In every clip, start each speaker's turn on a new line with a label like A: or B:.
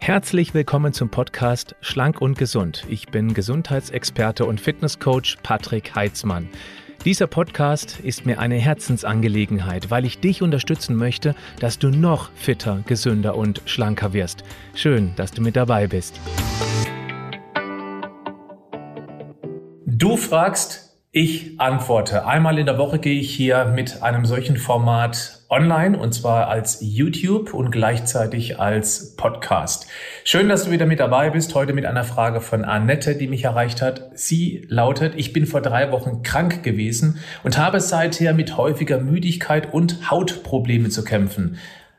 A: Herzlich willkommen zum Podcast Schlank und Gesund. Ich bin Gesundheitsexperte und Fitnesscoach Patrick Heitzmann. Dieser Podcast ist mir eine Herzensangelegenheit, weil ich dich unterstützen möchte, dass du noch fitter, gesünder und schlanker wirst. Schön, dass du mit dabei bist. Du fragst, ich antworte. Einmal in der Woche gehe ich hier mit einem solchen Format online, und zwar als YouTube und gleichzeitig als Podcast. Schön, dass du wieder mit dabei bist. Heute mit einer Frage von Annette, die mich erreicht hat. Sie lautet: Ich bin vor 3 Wochen krank gewesen und habe seither mit häufiger Müdigkeit und Hautproblemen zu kämpfen.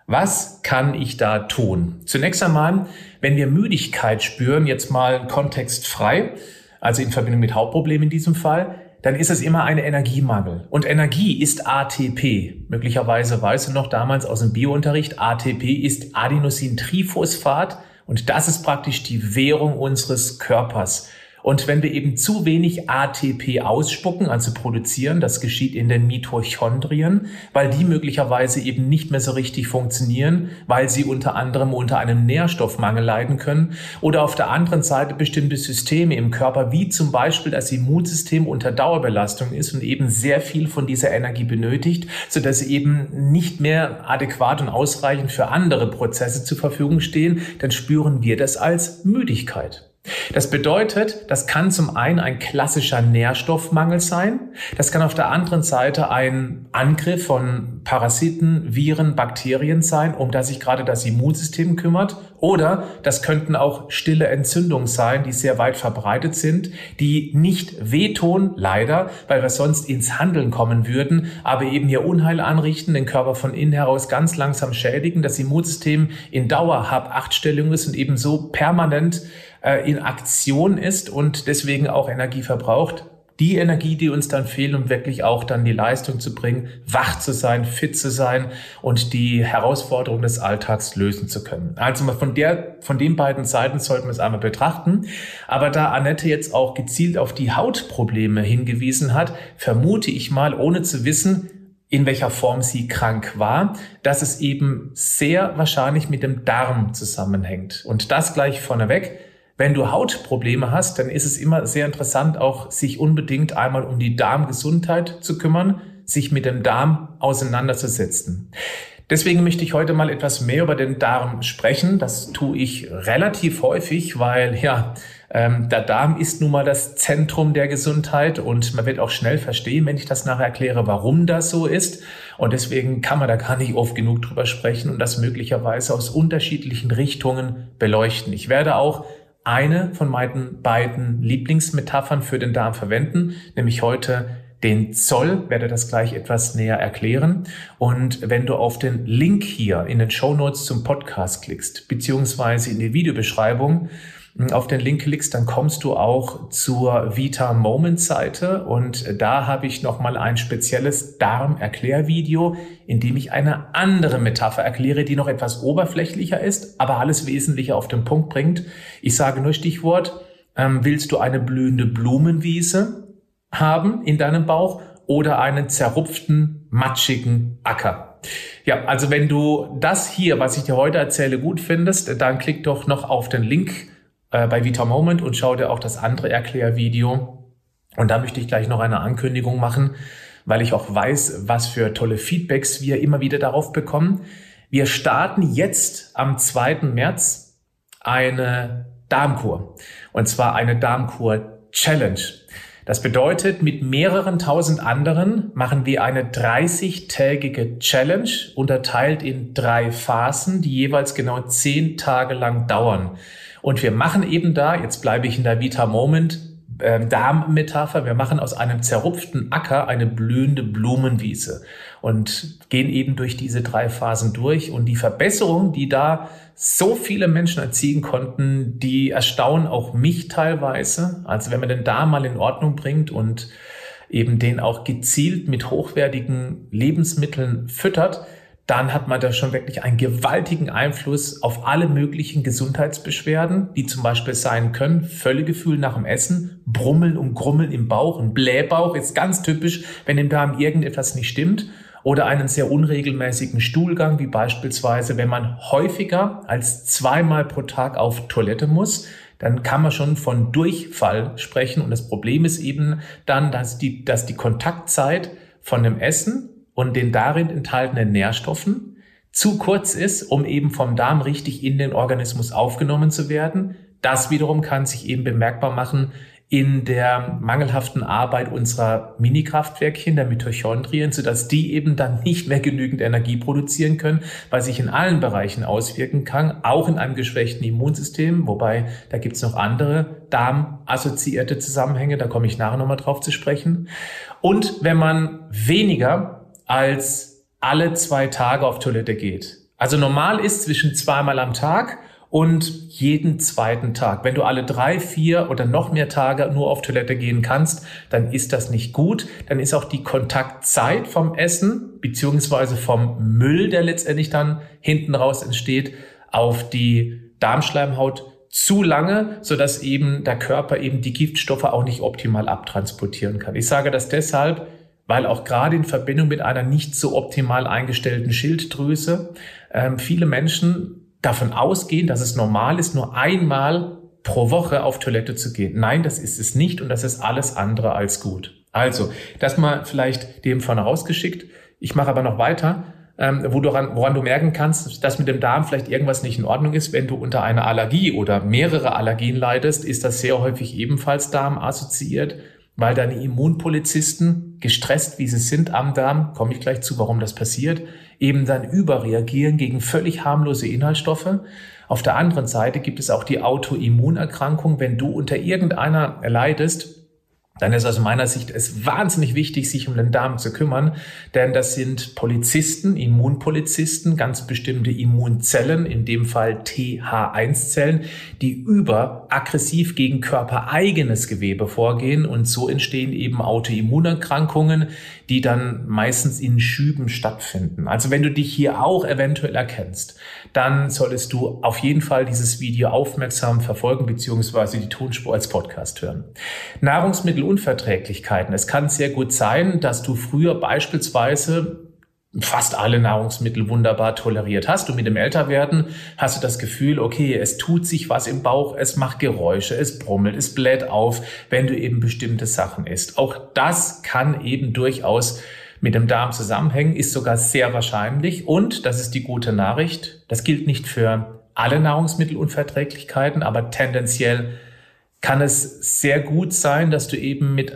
A: Was kann ich da tun? Zunächst einmal, wenn wir Müdigkeit spüren, jetzt mal kontextfrei, also in Verbindung mit Hautproblemen in diesem Fall, dann ist es immer ein Energiemangel. Und Energie ist ATP. Möglicherweise weißt du noch damals aus dem Biounterricht, ATP ist Adenosintriphosphat und das ist praktisch die Währung unseres Körpers. Und wenn wir eben zu wenig ATP ausspucken, also produzieren, das geschieht in den Mitochondrien, weil die möglicherweise eben nicht mehr so richtig funktionieren, weil sie unter anderem unter einem Nährstoffmangel leiden können, oder auf der anderen Seite bestimmte Systeme im Körper, wie zum Beispiel das Immunsystem unter Dauerbelastung ist und eben sehr viel von dieser Energie benötigt, sodass sie eben nicht mehr adäquat und ausreichend für andere Prozesse zur Verfügung stehen, dann spüren wir das als Müdigkeit. Das bedeutet, das kann zum einen ein klassischer Nährstoffmangel sein, das kann auf der anderen Seite ein Angriff von Parasiten, Viren, Bakterien sein, um das sich gerade das Immunsystem kümmert, oder das könnten auch stille Entzündungen sein, die sehr weit verbreitet sind, die nicht wehtun, leider, weil wir sonst ins Handeln kommen würden, aber eben hier Unheil anrichten, den Körper von innen heraus ganz langsam schädigen, das Immunsystem in Dauer-Hab-8-Stellung ist und eben so permanent in Aktion ist und deswegen auch Energie verbraucht. Die Energie, die uns dann fehlt, um wirklich auch dann die Leistung zu bringen, wach zu sein, fit zu sein und die Herausforderungen des Alltags lösen zu können. Also von den beiden Seiten sollten wir es einmal betrachten. Aber da Annette jetzt auch gezielt auf die Hautprobleme hingewiesen hat, vermute ich mal, ohne zu wissen, in welcher Form sie krank war, dass es eben sehr wahrscheinlich mit dem Darm zusammenhängt. Und das gleich vorneweg. Wenn du Hautprobleme hast, dann ist es immer sehr interessant, auch sich unbedingt einmal um die Darmgesundheit zu kümmern, sich mit dem Darm auseinanderzusetzen. Deswegen möchte ich heute mal etwas mehr über den Darm sprechen. Das tue ich relativ häufig, weil der Darm ist nun mal das Zentrum der Gesundheit und man wird auch schnell verstehen, wenn ich das nachher erkläre, warum das so ist. Und deswegen kann man da gar nicht oft genug drüber sprechen und das möglicherweise aus unterschiedlichen Richtungen beleuchten. Ich werde auch eine von meinen beiden Lieblingsmetaphern für den Darm verwenden, nämlich heute den Zoll, werde das gleich etwas näher erklären. Und wenn du auf den Link hier in den Shownotes zum Podcast klickst, beziehungsweise in die Videobeschreibung auf den Link klickst, dann kommst du auch zur Vita Moment Seite und da habe ich nochmal ein spezielles Darm-Erklärvideo, in dem ich eine andere Metapher erkläre, die noch etwas oberflächlicher ist, aber alles Wesentliche auf den Punkt bringt. Ich sage nur Stichwort, willst du eine blühende Blumenwiese haben in deinem Bauch oder einen zerrupften, matschigen Acker? Ja, also wenn du das hier, was ich dir heute erzähle, gut findest, dann klick doch noch auf den Link bei Vita Moment und schau dir auch das andere Erklärvideo. Und da möchte ich gleich noch eine Ankündigung machen, weil ich auch weiß, was für tolle Feedbacks wir immer wieder darauf bekommen. Wir starten jetzt am 2. März eine Darmkur. Und zwar eine Darmkur-Challenge. Das bedeutet, mit mehreren tausend anderen machen wir eine 30-tägige Challenge, unterteilt in 3 Phasen, die jeweils genau 10 Tage lang dauern. Und wir machen eben da, jetzt bleibe ich in der Vita Moment Darmmetapher, wir machen aus einem zerrupften Acker eine blühende Blumenwiese und gehen eben durch diese 3 Phasen durch. Und die Verbesserung, die da so viele Menschen erzielen konnten, die erstaunen auch mich teilweise. Also wenn man den Darm mal in Ordnung bringt und eben den auch gezielt mit hochwertigen Lebensmitteln füttert, dann hat man da schon wirklich einen gewaltigen Einfluss auf alle möglichen Gesundheitsbeschwerden, die zum Beispiel sein können: Völlegefühl nach dem Essen, Brummeln und Grummeln im Bauch, ein Blähbauch ist ganz typisch, wenn im Darm irgendetwas nicht stimmt. oder einen sehr unregelmäßigen Stuhlgang, wie beispielsweise, wenn man häufiger als 2-mal pro Tag auf Toilette muss, dann kann man schon von Durchfall sprechen. Und das Problem ist eben dann, dass die Kontaktzeit von dem Essen und den darin enthaltenen Nährstoffen zu kurz ist, um eben vom Darm richtig in den Organismus aufgenommen zu werden. Das wiederum kann sich eben bemerkbar machen in der mangelhaften Arbeit unserer Mini-Kraftwerkchen, der Mitochondrien, sodass die eben dann nicht mehr genügend Energie produzieren können, was sich in allen Bereichen auswirken kann, auch in einem geschwächten Immunsystem, wobei da gibt es noch andere darmassoziierte Zusammenhänge, da komme ich nachher nochmal drauf zu sprechen. Und wenn man weniger als alle 2 Tage auf Toilette geht, also normal ist zwischen 2-mal am Tag und jeden 2. Tag. Wenn du alle 3, 4 oder noch mehr Tage nur auf Toilette gehen kannst, dann ist das nicht gut. Dann ist auch die Kontaktzeit vom Essen beziehungsweise vom Müll, der letztendlich dann hinten raus entsteht, auf die Darmschleimhaut zu lange, sodass eben der Körper eben die Giftstoffe auch nicht optimal abtransportieren kann. Ich sage das deshalb, weil auch gerade in Verbindung mit einer nicht so optimal eingestellten Schilddrüse viele Menschen davon ausgehen, dass es normal ist, nur einmal pro Woche auf Toilette zu gehen. Nein, das ist es nicht und das ist alles andere als gut. Also, das mal vielleicht dem von rausgeschickt. Ich mache aber noch weiter, woran du merken kannst, dass mit dem Darm vielleicht irgendwas nicht in Ordnung ist. Wenn du unter einer Allergie oder mehrere Allergien leidest, ist das sehr häufig ebenfalls darmassoziiert, weil deine Immunpolizisten, gestresst wie sie sind am Darm, komme ich gleich zu, warum das passiert, eben dann überreagieren gegen völlig harmlose Inhaltsstoffe. Auf der anderen Seite gibt es auch die Autoimmunerkrankung. Wenn du unter irgendeiner leidest, dann ist aus meiner Sicht es wahnsinnig wichtig, sich um den Darm zu kümmern, denn das sind Polizisten, Immunpolizisten, ganz bestimmte Immunzellen, in dem Fall TH1-Zellen, die überaggressiv gegen körpereigenes Gewebe vorgehen und so entstehen eben Autoimmunerkrankungen, die dann meistens in Schüben stattfinden. Also wenn du dich hier auch eventuell erkennst, dann solltest du auf jeden Fall dieses Video aufmerksam verfolgen bzw. die Tonspur als Podcast hören. Nahrungsmittelunverträglichkeiten. Es kann sehr gut sein, dass du früher beispielsweise fast alle Nahrungsmittel wunderbar toleriert hast. Und mit dem Älterwerden hast du das Gefühl, okay, es tut sich was im Bauch, es macht Geräusche, es brummelt, es bläht auf, wenn du eben bestimmte Sachen isst. Auch das kann eben durchaus mit dem Darm zusammenhängen, ist sogar sehr wahrscheinlich. Und, das ist die gute Nachricht, das gilt nicht für alle Nahrungsmittelunverträglichkeiten, aber tendenziell kann es sehr gut sein, dass du eben mit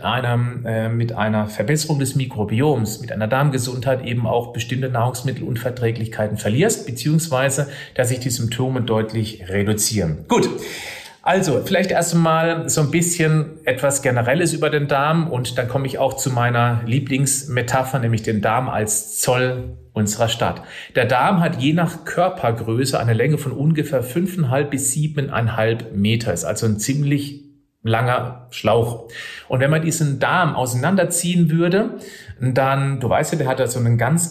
A: einer Verbesserung des Mikrobioms, mit einer Darmgesundheit eben auch bestimmte Nahrungsmittelunverträglichkeiten verlierst, beziehungsweise dass sich die Symptome deutlich reduzieren. Gut, also vielleicht erst einmal so ein bisschen etwas Generelles über den Darm und dann komme ich auch zu meiner Lieblingsmetapher, nämlich den Darm als Zoll unserer Stadt. Der Darm hat je nach Körpergröße eine Länge von ungefähr 5,5 bis 7,5 Meter. Ist also ein ziemlich langer Schlauch. Und wenn man diesen Darm auseinanderziehen würde, dann, du weißt ja, der hat da so einen ganz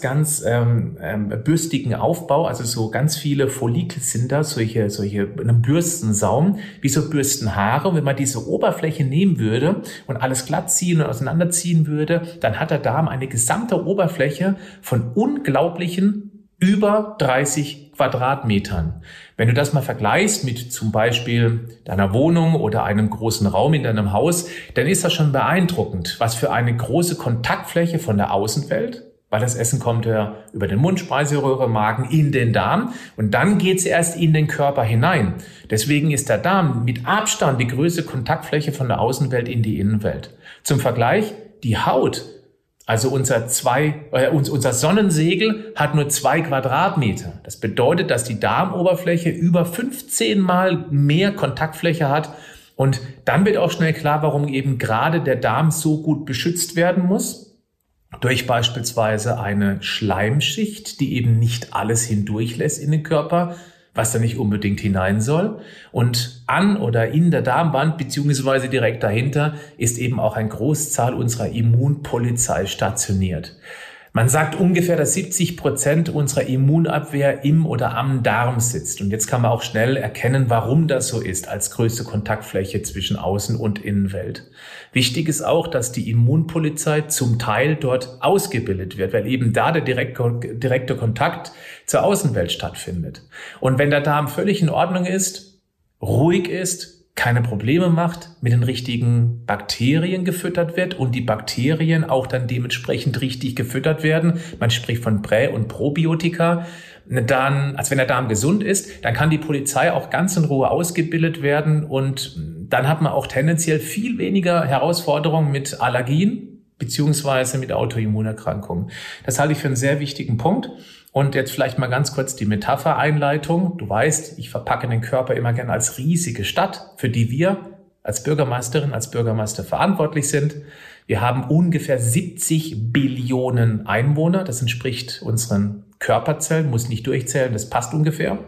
A: bürstigen Aufbau, also so ganz viele Follikel sind da, solche einen Bürstensaum, wie so Bürstenhaare. Und wenn man diese Oberfläche nehmen würde und alles glatt ziehen und auseinanderziehen würde, dann hat der Darm eine gesamte Oberfläche von unglaublichen über 30 Quadratmetern. Wenn du das mal vergleichst mit zum Beispiel deiner Wohnung oder einem großen Raum in deinem Haus, dann ist das schon beeindruckend, was für eine große Kontaktfläche von der Außenwelt, weil das Essen kommt ja über den Mund, Speiseröhre, Magen in den Darm und dann geht es erst in den Körper hinein. Deswegen ist der Darm mit Abstand die größte Kontaktfläche von der Außenwelt in die Innenwelt. Zum Vergleich, die Haut, also unser Sonnensegel hat nur 2 Quadratmeter. Das bedeutet, dass die Darmoberfläche über 15 Mal mehr Kontaktfläche hat. Und dann wird auch schnell klar, warum eben gerade der Darm so gut beschützt werden muss. Durch beispielsweise eine Schleimschicht, die eben nicht alles hindurchlässt in den Körper, was da nicht unbedingt hinein soll. Und an oder in der Darmwand beziehungsweise direkt dahinter ist eben auch eine Großzahl unserer Immunpolizei stationiert. Man sagt ungefähr, dass 70% unserer Immunabwehr im oder am Darm sitzt. Und jetzt kann man auch schnell erkennen, warum das so ist, als größte Kontaktfläche zwischen Außen- und Innenwelt. Wichtig ist auch, dass die Immunpolizei zum Teil dort ausgebildet wird, weil eben da der direkte Kontakt zur Außenwelt stattfindet. Und wenn der Darm völlig in Ordnung ist, ruhig ist, keine Probleme macht, mit den richtigen Bakterien gefüttert wird und die Bakterien auch dann dementsprechend richtig gefüttert werden. Man spricht von Prä- und Probiotika. Dann, als wenn der Darm gesund ist, dann kann die Polizei auch ganz in Ruhe ausgebildet werden und dann hat man auch tendenziell viel weniger Herausforderungen mit Allergien beziehungsweise mit Autoimmunerkrankungen. Das halte ich für einen sehr wichtigen Punkt. Und jetzt vielleicht mal ganz kurz die Metapher-Einleitung. Du weißt, ich verpacke den Körper immer gerne als riesige Stadt, für die wir als Bürgermeisterin, als Bürgermeister verantwortlich sind. Wir haben ungefähr 70 Billionen Einwohner. Das entspricht unseren Körperzellen, muss nicht durchzählen, das passt ungefähr.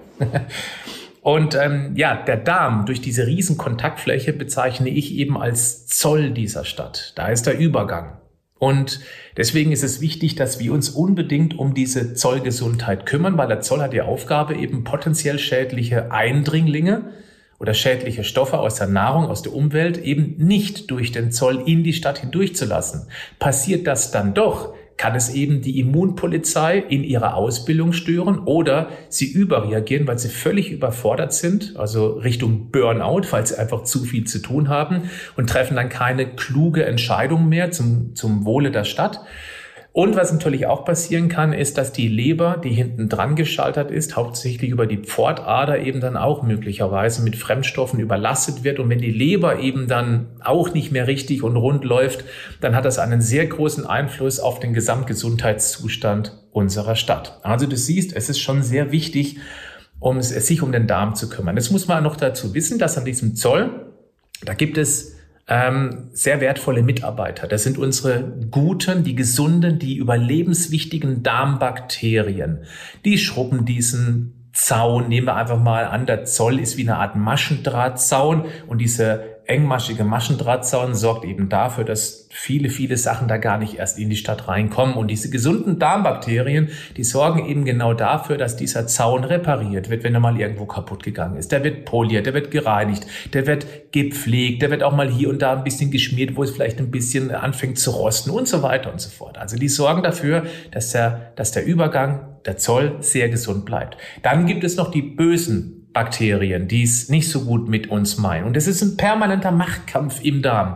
A: Und der Darm durch diese riesen Kontaktfläche bezeichne ich eben als Zoll dieser Stadt. Da ist der Übergang. Und deswegen ist es wichtig, dass wir uns unbedingt um diese Zollgesundheit kümmern, weil der Zoll hat die Aufgabe, eben potenziell schädliche Eindringlinge oder schädliche Stoffe aus der Nahrung, aus der Umwelt eben nicht durch den Zoll in die Stadt hindurchzulassen. Passiert das dann doch, kann es eben die Immunpolizei in ihrer Ausbildung stören oder sie überreagieren, weil sie völlig überfordert sind, also Richtung Burnout, weil sie einfach zu viel zu tun haben und treffen dann keine kluge Entscheidung mehr zum Wohle der Stadt. Und was natürlich auch passieren kann, ist, dass die Leber, die hinten dran geschaltet ist, hauptsächlich über die Pfortader eben dann auch möglicherweise mit Fremdstoffen überlastet wird. Und wenn die Leber eben dann auch nicht mehr richtig und rund läuft, dann hat das einen sehr großen Einfluss auf den Gesamtgesundheitszustand unserer Stadt. Also du siehst, es ist schon sehr wichtig, sich um den Darm zu kümmern. Jetzt muss man noch dazu wissen, dass an diesem Zoll, da gibt es sehr wertvolle Mitarbeiter. Das sind unsere guten, die gesunden, die überlebenswichtigen Darmbakterien. Die schrubben diesen Zaun. Nehmen wir einfach mal an, der Zoll ist wie eine Art Maschendrahtzaun und diese engmaschige Maschendrahtzaun sorgt eben dafür, dass viele Sachen da gar nicht erst in die Stadt reinkommen. Und diese gesunden Darmbakterien, die sorgen eben genau dafür, dass dieser Zaun repariert wird, wenn er mal irgendwo kaputt gegangen ist. Der wird poliert, der wird gereinigt, der wird gepflegt, der wird auch mal hier und da ein bisschen geschmiert, wo es vielleicht ein bisschen anfängt zu rosten und so weiter und so fort. Also die sorgen dafür, dass der Übergang, der Zoll sehr gesund bleibt. Dann gibt es noch die bösen Bakterien, die es nicht so gut mit uns meinen. Und es ist ein permanenter Machtkampf im Darm.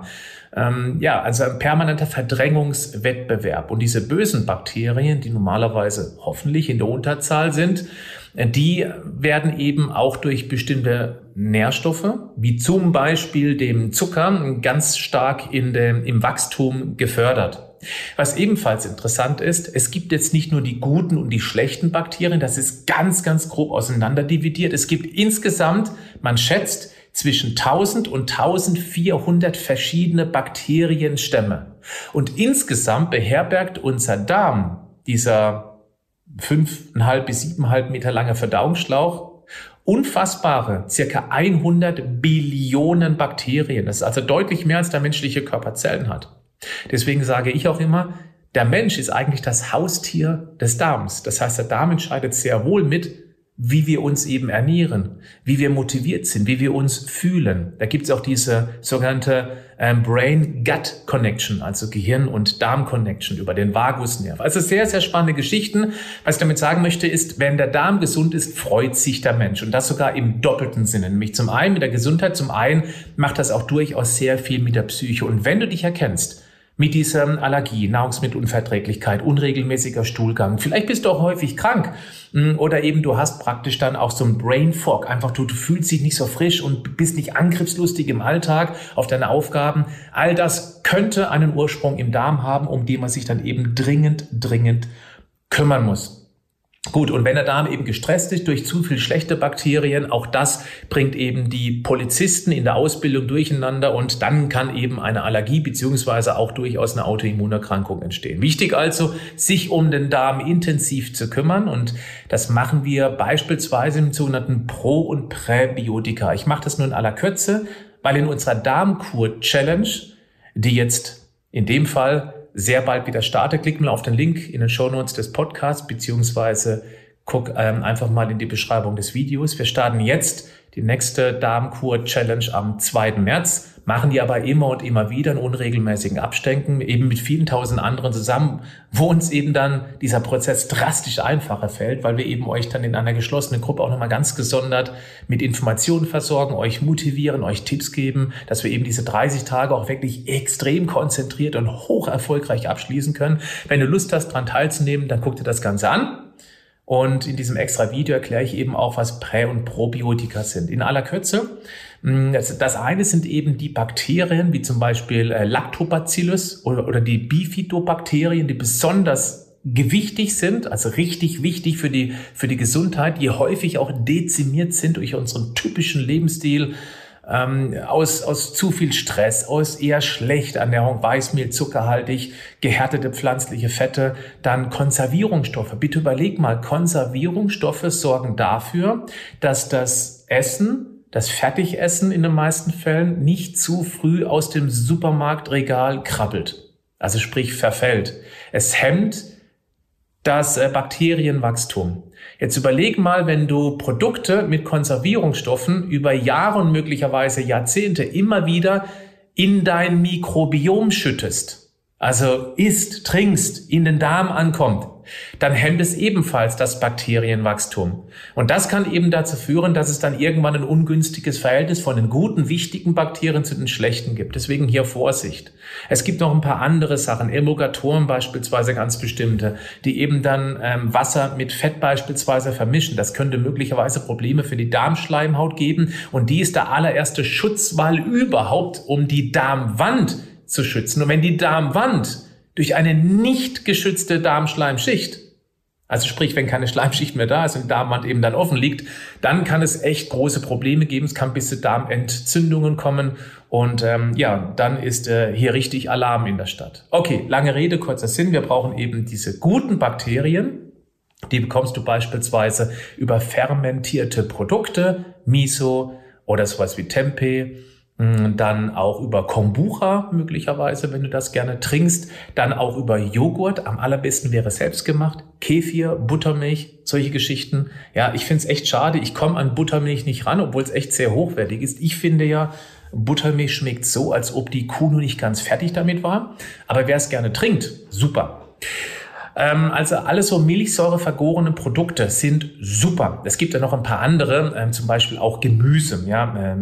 A: Also ein permanenter Verdrängungswettbewerb. Und diese bösen Bakterien, die normalerweise hoffentlich in der Unterzahl sind, die werden eben auch durch bestimmte Nährstoffe, wie zum Beispiel dem Zucker, ganz stark im Wachstum gefördert. Was ebenfalls interessant ist, es gibt jetzt nicht nur die guten und die schlechten Bakterien, das ist ganz grob auseinanderdividiert. Es gibt insgesamt, man schätzt, zwischen 1000 und 1400 verschiedene Bakterienstämme. Und insgesamt beherbergt unser Darm, dieser 5,5 bis 7,5 Meter lange Verdauungsschlauch, unfassbare circa 100 Billionen Bakterien. Das ist also deutlich mehr, als der menschliche Körper Zellen hat. Deswegen sage ich auch immer, der Mensch ist eigentlich das Haustier des Darms. Das heißt, der Darm entscheidet sehr wohl mit, wie wir uns eben ernähren, wie wir motiviert sind, wie wir uns fühlen. Da gibt es auch diese sogenannte Brain-Gut-Connection, also Gehirn- und Darm-Connection über den Vagusnerv. Also sehr spannende Geschichten. Was ich damit sagen möchte, ist, wenn der Darm gesund ist, freut sich der Mensch. Und das sogar im doppelten Sinne. Nämlich zum einen mit der Gesundheit, zum einen macht das auch durchaus sehr viel mit der Psyche. Und wenn du dich erkennst, mit dieser Allergie, Nahrungsmittelunverträglichkeit, unregelmäßiger Stuhlgang. Vielleicht bist du auch häufig krank oder eben du hast praktisch dann auch so ein Brain Fog. Einfach du fühlst dich nicht so frisch und bist nicht angriffslustig im Alltag auf deine Aufgaben. All das könnte einen Ursprung im Darm haben, um den man sich dann eben dringend kümmern muss. Gut, und wenn der Darm eben gestresst ist durch zu viel schlechte Bakterien, auch das bringt eben die Polizisten in der Ausbildung durcheinander und dann kann eben eine Allergie beziehungsweise auch durchaus eine Autoimmunerkrankung entstehen. Wichtig also, sich um den Darm intensiv zu kümmern und das machen wir beispielsweise im sogenannten Pro- und Präbiotika. Ich mache das nur in aller Kürze, weil in unserer Darmkur-Challenge, die jetzt in dem Fall sehr bald wieder starte. Klick mal auf den Link in den Shownotes des Podcasts, beziehungsweise guck einfach mal in die Beschreibung des Videos. Wir starten jetzt die nächste Darmkur-Challenge am 2. März, machen die aber immer und immer wieder in unregelmäßigen Abständen, eben mit vielen tausend anderen zusammen, wo uns eben dann dieser Prozess drastisch einfacher fällt, weil wir eben euch dann in einer geschlossenen Gruppe auch nochmal ganz gesondert mit Informationen versorgen, euch motivieren, euch Tipps geben, dass wir eben diese 30 Tage auch wirklich extrem konzentriert und hoch erfolgreich abschließen können. Wenn du Lust hast, daran teilzunehmen, dann guck dir das Ganze an. Und in diesem extra Video erkläre ich eben auch, was Prä- und Probiotika sind. In aller Kürze, das eine sind eben die Bakterien, wie zum Beispiel Lactobacillus oder die Bifidobakterien, die besonders gewichtig sind, also richtig wichtig für die Gesundheit, die häufig auch dezimiert sind durch unseren typischen Lebensstil, aus zu viel Stress, aus eher schlechter Ernährung, Weißmehl, zuckerhaltig, gehärtete pflanzliche Fette, dann Konservierungsstoffe. Bitte überleg mal, Konservierungsstoffe sorgen dafür, dass das Fertigessen in den meisten Fällen nicht zu früh aus dem Supermarktregal krabbelt. Also sprich verfällt. Es hemmt das Bakterienwachstum. Jetzt überleg mal, wenn du Produkte mit Konservierungsstoffen über Jahre und möglicherweise Jahrzehnte immer wieder in dein Mikrobiom schüttest, also isst, trinkst, in den Darm ankommt, dann hemmt es ebenfalls das Bakterienwachstum. Und das kann eben dazu führen, dass es dann irgendwann ein ungünstiges Verhältnis von den guten, wichtigen Bakterien zu den schlechten gibt. Deswegen hier Vorsicht. Es gibt noch ein paar andere Sachen, Emulgatoren beispielsweise ganz bestimmte, die eben dann Wasser mit Fett beispielsweise vermischen. Das könnte möglicherweise Probleme für die Darmschleimhaut geben. Und die ist der allererste Schutzwall überhaupt, um die Darmwand zu schützen. Und wenn die Darmwand durch eine nicht geschützte Darmschleimschicht, also sprich, wenn keine Schleimschicht mehr da ist und die Darmwand eben dann offen liegt, dann kann es echt große Probleme geben. Es kann bis zu Darmentzündungen kommen und dann ist hier richtig Alarm in der Stadt. Okay, lange Rede, kurzer Sinn. Wir brauchen eben diese guten Bakterien. Die bekommst du beispielsweise über fermentierte Produkte, Miso oder sowas wie Tempeh. Dann auch über Kombucha möglicherweise, wenn du das gerne trinkst. Dann auch über Joghurt. Am allerbesten wäre selbstgemacht. Kefir, Buttermilch, solche Geschichten. Ja, ich finde es echt schade. Ich komme an Buttermilch nicht ran, obwohl es echt sehr hochwertig ist. Ich finde ja, Buttermilch schmeckt so, als ob die Kuh noch nicht ganz fertig damit war. Aber wer es gerne trinkt, super. Also alles so milchsäurevergorene Produkte sind super. Es gibt ja noch ein paar andere, zum Beispiel auch Gemüse. Ja,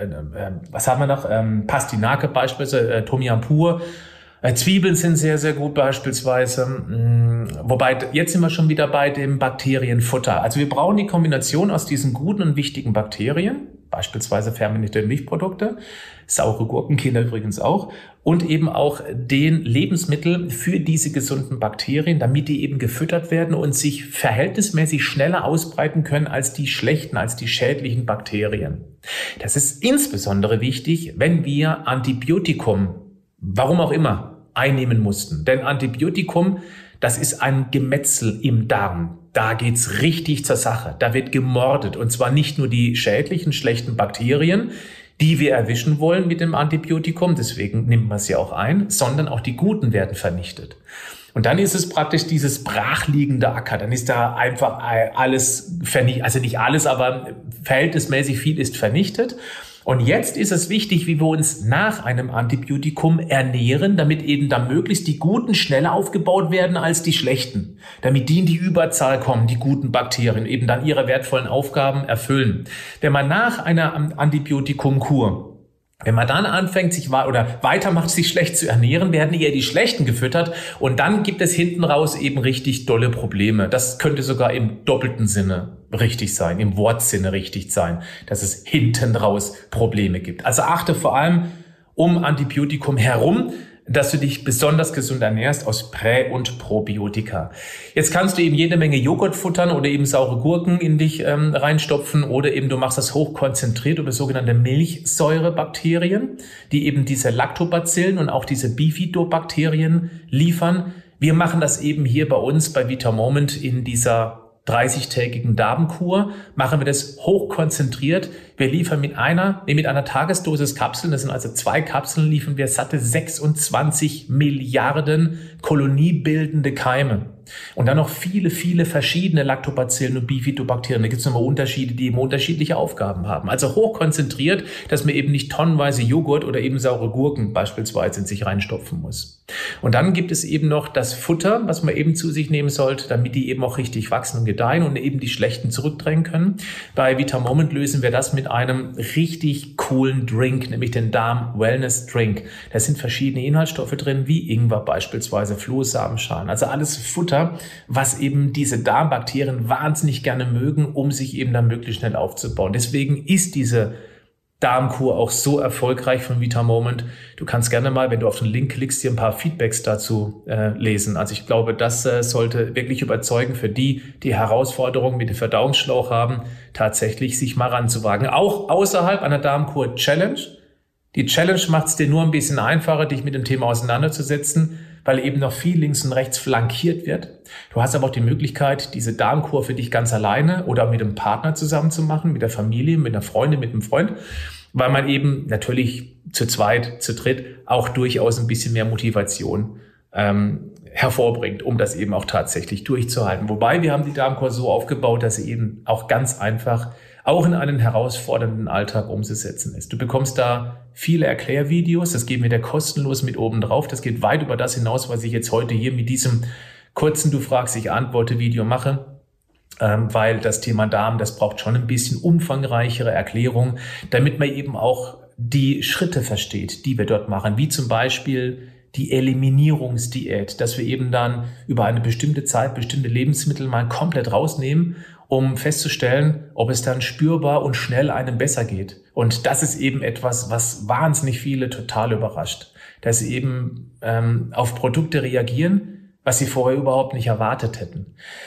A: was haben wir noch? Pastinake beispielsweise, Tom Yum pur. Zwiebeln sind sehr, sehr gut beispielsweise. Wobei, jetzt sind wir schon wieder bei dem Bakterienfutter. Also wir brauchen die Kombination aus diesen guten und wichtigen Bakterien, beispielsweise fermentierte Milchprodukte, saure Gurken, Kinder übrigens auch, und eben auch den Lebensmittel für diese gesunden Bakterien, damit die eben gefüttert werden und sich verhältnismäßig schneller ausbreiten können als die schlechten, als die schädlichen Bakterien. Das ist insbesondere wichtig, wenn wir Antibiotikum, warum auch immer, einnehmen mussten. Denn Antibiotikum, das ist ein Gemetzel im Darm. Da geht's richtig zur Sache. Da wird gemordet. Und zwar nicht nur die schädlichen, schlechten Bakterien, die wir erwischen wollen mit dem Antibiotikum, deswegen nimmt man sie auch ein, sondern auch die guten werden vernichtet. Und dann ist es praktisch dieses brachliegende Acker. Dann ist da einfach alles vernichtet. Also nicht alles, aber verhältnismäßig viel ist vernichtet. Und jetzt ist es wichtig, wie wir uns nach einem Antibiotikum ernähren, damit eben dann möglichst die Guten schneller aufgebaut werden als die Schlechten. Damit die in die Überzahl kommen, die guten Bakterien, eben dann ihre wertvollen Aufgaben erfüllen. Wenn man nach einer Antibiotikumkur, wenn man dann anfängt, sich weitermacht, sich schlecht zu ernähren, werden eher die Schlechten gefüttert und dann gibt es hinten raus eben richtig dolle Probleme. Das könnte sogar im doppelten Sinne richtig sein, im Wortsinne richtig sein, dass es hinten raus Probleme gibt. Also achte vor allem um Antibiotikum herum, dass du dich besonders gesund ernährst aus Prä- und Probiotika. Jetzt kannst du eben jede Menge Joghurt futtern oder eben saure Gurken in dich reinstopfen oder eben du machst das hochkonzentriert über sogenannte Milchsäurebakterien, die eben diese Lactobacillen und auch diese Bifidobakterien liefern. Wir machen das eben hier bei uns bei Vitamoment in dieser 30-tägigen Darmkur machen wir das hochkonzentriert. Wir liefern mit einer Tagesdosis Kapseln, das sind also 2 Kapseln, liefern wir satte 26 Milliarden koloniebildende Keime. Und dann noch viele, viele verschiedene Lactobacillen und Bifidobakterien. Da gibt es nochmal Unterschiede, die eben unterschiedliche Aufgaben haben. Also hochkonzentriert, dass man eben nicht tonnenweise Joghurt oder eben saure Gurken beispielsweise in sich reinstopfen muss. Und dann gibt es eben noch das Futter, was man eben zu sich nehmen sollte, damit die eben auch richtig wachsen und gedeihen und eben die schlechten zurückdrängen können. Bei Vitamoment lösen wir das mit einem richtig coolen Drink, nämlich den Darm Wellness Drink. Da sind verschiedene Inhaltsstoffe drin, wie Ingwer beispielsweise, Flohsamenschalen, also alles Futter, was eben diese Darmbakterien wahnsinnig gerne mögen, um sich eben dann möglichst schnell aufzubauen. Deswegen ist diese Darmkur auch so erfolgreich von Vitamoment. Du kannst gerne mal, wenn du auf den Link klickst, dir ein paar Feedbacks dazu lesen. Also ich glaube, das sollte wirklich überzeugen für die Herausforderungen mit dem Verdauungsschlauch haben, tatsächlich sich mal ranzuwagen. Auch außerhalb einer Darmkur-Challenge. Die Challenge macht es dir nur ein bisschen einfacher, dich mit dem Thema auseinanderzusetzen, weil eben noch viel links und rechts flankiert wird. Du hast aber auch die Möglichkeit, diese Darmkur für dich ganz alleine oder mit einem Partner zusammen zu machen, mit der Familie, mit einer Freundin, mit einem Freund, weil man eben natürlich zu zweit, zu dritt auch durchaus ein bisschen mehr Motivation hervorbringt, um das eben auch tatsächlich durchzuhalten. Wobei wir haben die Darmkur so aufgebaut, dass sie eben auch ganz einfach auch in einen herausfordernden Alltag umzusetzen ist. Du bekommst da viele Erklärvideos, das geben wir dir kostenlos mit oben drauf. Das geht weit über das hinaus, was ich jetzt heute hier mit diesem kurzen Du fragst, ich antworte Video mache, weil das Thema Darm, das braucht schon ein bisschen umfangreichere Erklärung, damit man eben auch die Schritte versteht, die wir dort machen, wie zum Beispiel die Eliminierungsdiät, dass wir eben dann über eine bestimmte Zeit bestimmte Lebensmittel mal komplett rausnehmen, um festzustellen, ob es dann spürbar und schnell einem besser geht. Und das ist eben etwas, was wahnsinnig viele total überrascht, dass sie eben auf Produkte reagieren, was sie vorher überhaupt nicht erwartet hätten.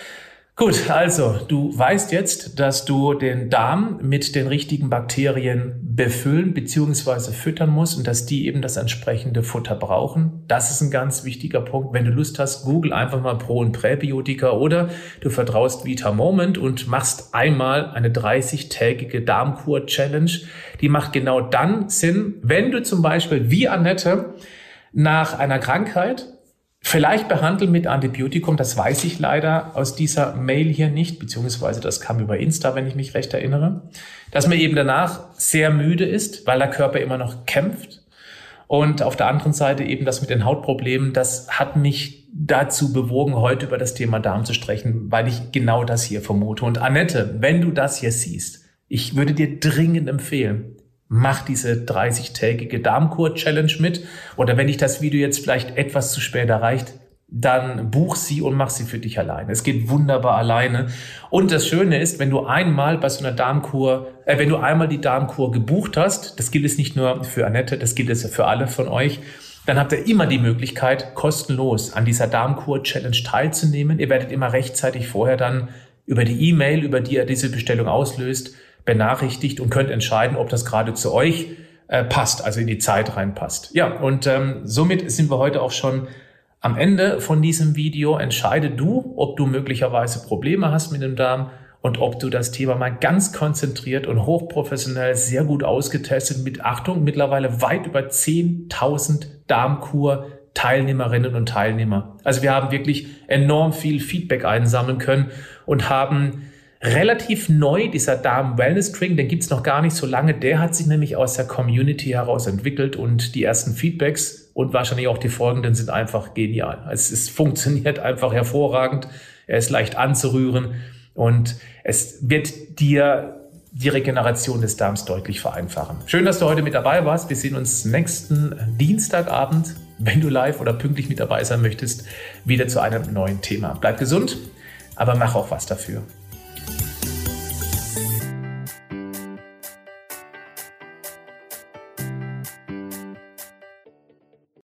A: Gut, also du weißt jetzt, dass du den Darm mit den richtigen Bakterien befüllen bzw. füttern musst und dass die eben das entsprechende Futter brauchen. Das ist ein ganz wichtiger Punkt. Wenn du Lust hast, google einfach mal Pro- und Präbiotika oder du vertraust Vitamoment und machst einmal eine 30-tägige Darmkur-Challenge. Die macht genau dann Sinn, wenn du zum Beispiel wie Annette nach einer Krankheit vielleicht behandeln mit Antibiotikum, das weiß ich leider aus dieser Mail hier nicht, beziehungsweise das kam über Insta, wenn ich mich recht erinnere, dass man eben danach sehr müde ist, weil der Körper immer noch kämpft. Und auf der anderen Seite eben das mit den Hautproblemen, das hat mich dazu bewogen, heute über das Thema Darm zu sprechen, weil ich genau das hier vermute. Und Annette, wenn du das hier siehst, ich würde dir dringend empfehlen, mach diese 30-tägige Darmkur-Challenge mit. Oder wenn dich das Video jetzt vielleicht etwas zu spät erreicht, dann buch sie und mach sie für dich alleine. Es geht wunderbar alleine. Und das Schöne ist, wenn du einmal bei so einer Darmkur, wenn du einmal die Darmkur gebucht hast, das gilt es nicht nur für Annette, das gilt es für alle von euch, dann habt ihr immer die Möglichkeit, kostenlos an dieser Darmkur-Challenge teilzunehmen. Ihr werdet immer rechtzeitig vorher dann über die E-Mail, über die ihr diese Bestellung auslöst, benachrichtigt und könnt entscheiden, ob das gerade zu euch passt, also in die Zeit reinpasst. Ja, und somit sind wir heute auch schon am Ende von diesem Video. Entscheide du, ob du möglicherweise Probleme hast mit dem Darm und ob du das Thema mal ganz konzentriert und hochprofessionell, sehr gut ausgetestet mit, Achtung, mittlerweile weit über 10.000 Darmkur-Teilnehmerinnen und Teilnehmer. Also wir haben wirklich enorm viel Feedback einsammeln können und haben relativ neu, dieser Darm-Wellness-Drink, den gibt's noch gar nicht so lange, der hat sich nämlich aus der Community heraus entwickelt und die ersten Feedbacks und wahrscheinlich auch die folgenden sind einfach genial. Es funktioniert einfach hervorragend, er ist leicht anzurühren und es wird dir die Regeneration des Darms deutlich vereinfachen. Schön, dass du heute mit dabei warst. Wir sehen uns nächsten Dienstagabend, wenn du live oder pünktlich mit dabei sein möchtest, wieder zu einem neuen Thema. Bleib gesund, aber mach auch was dafür.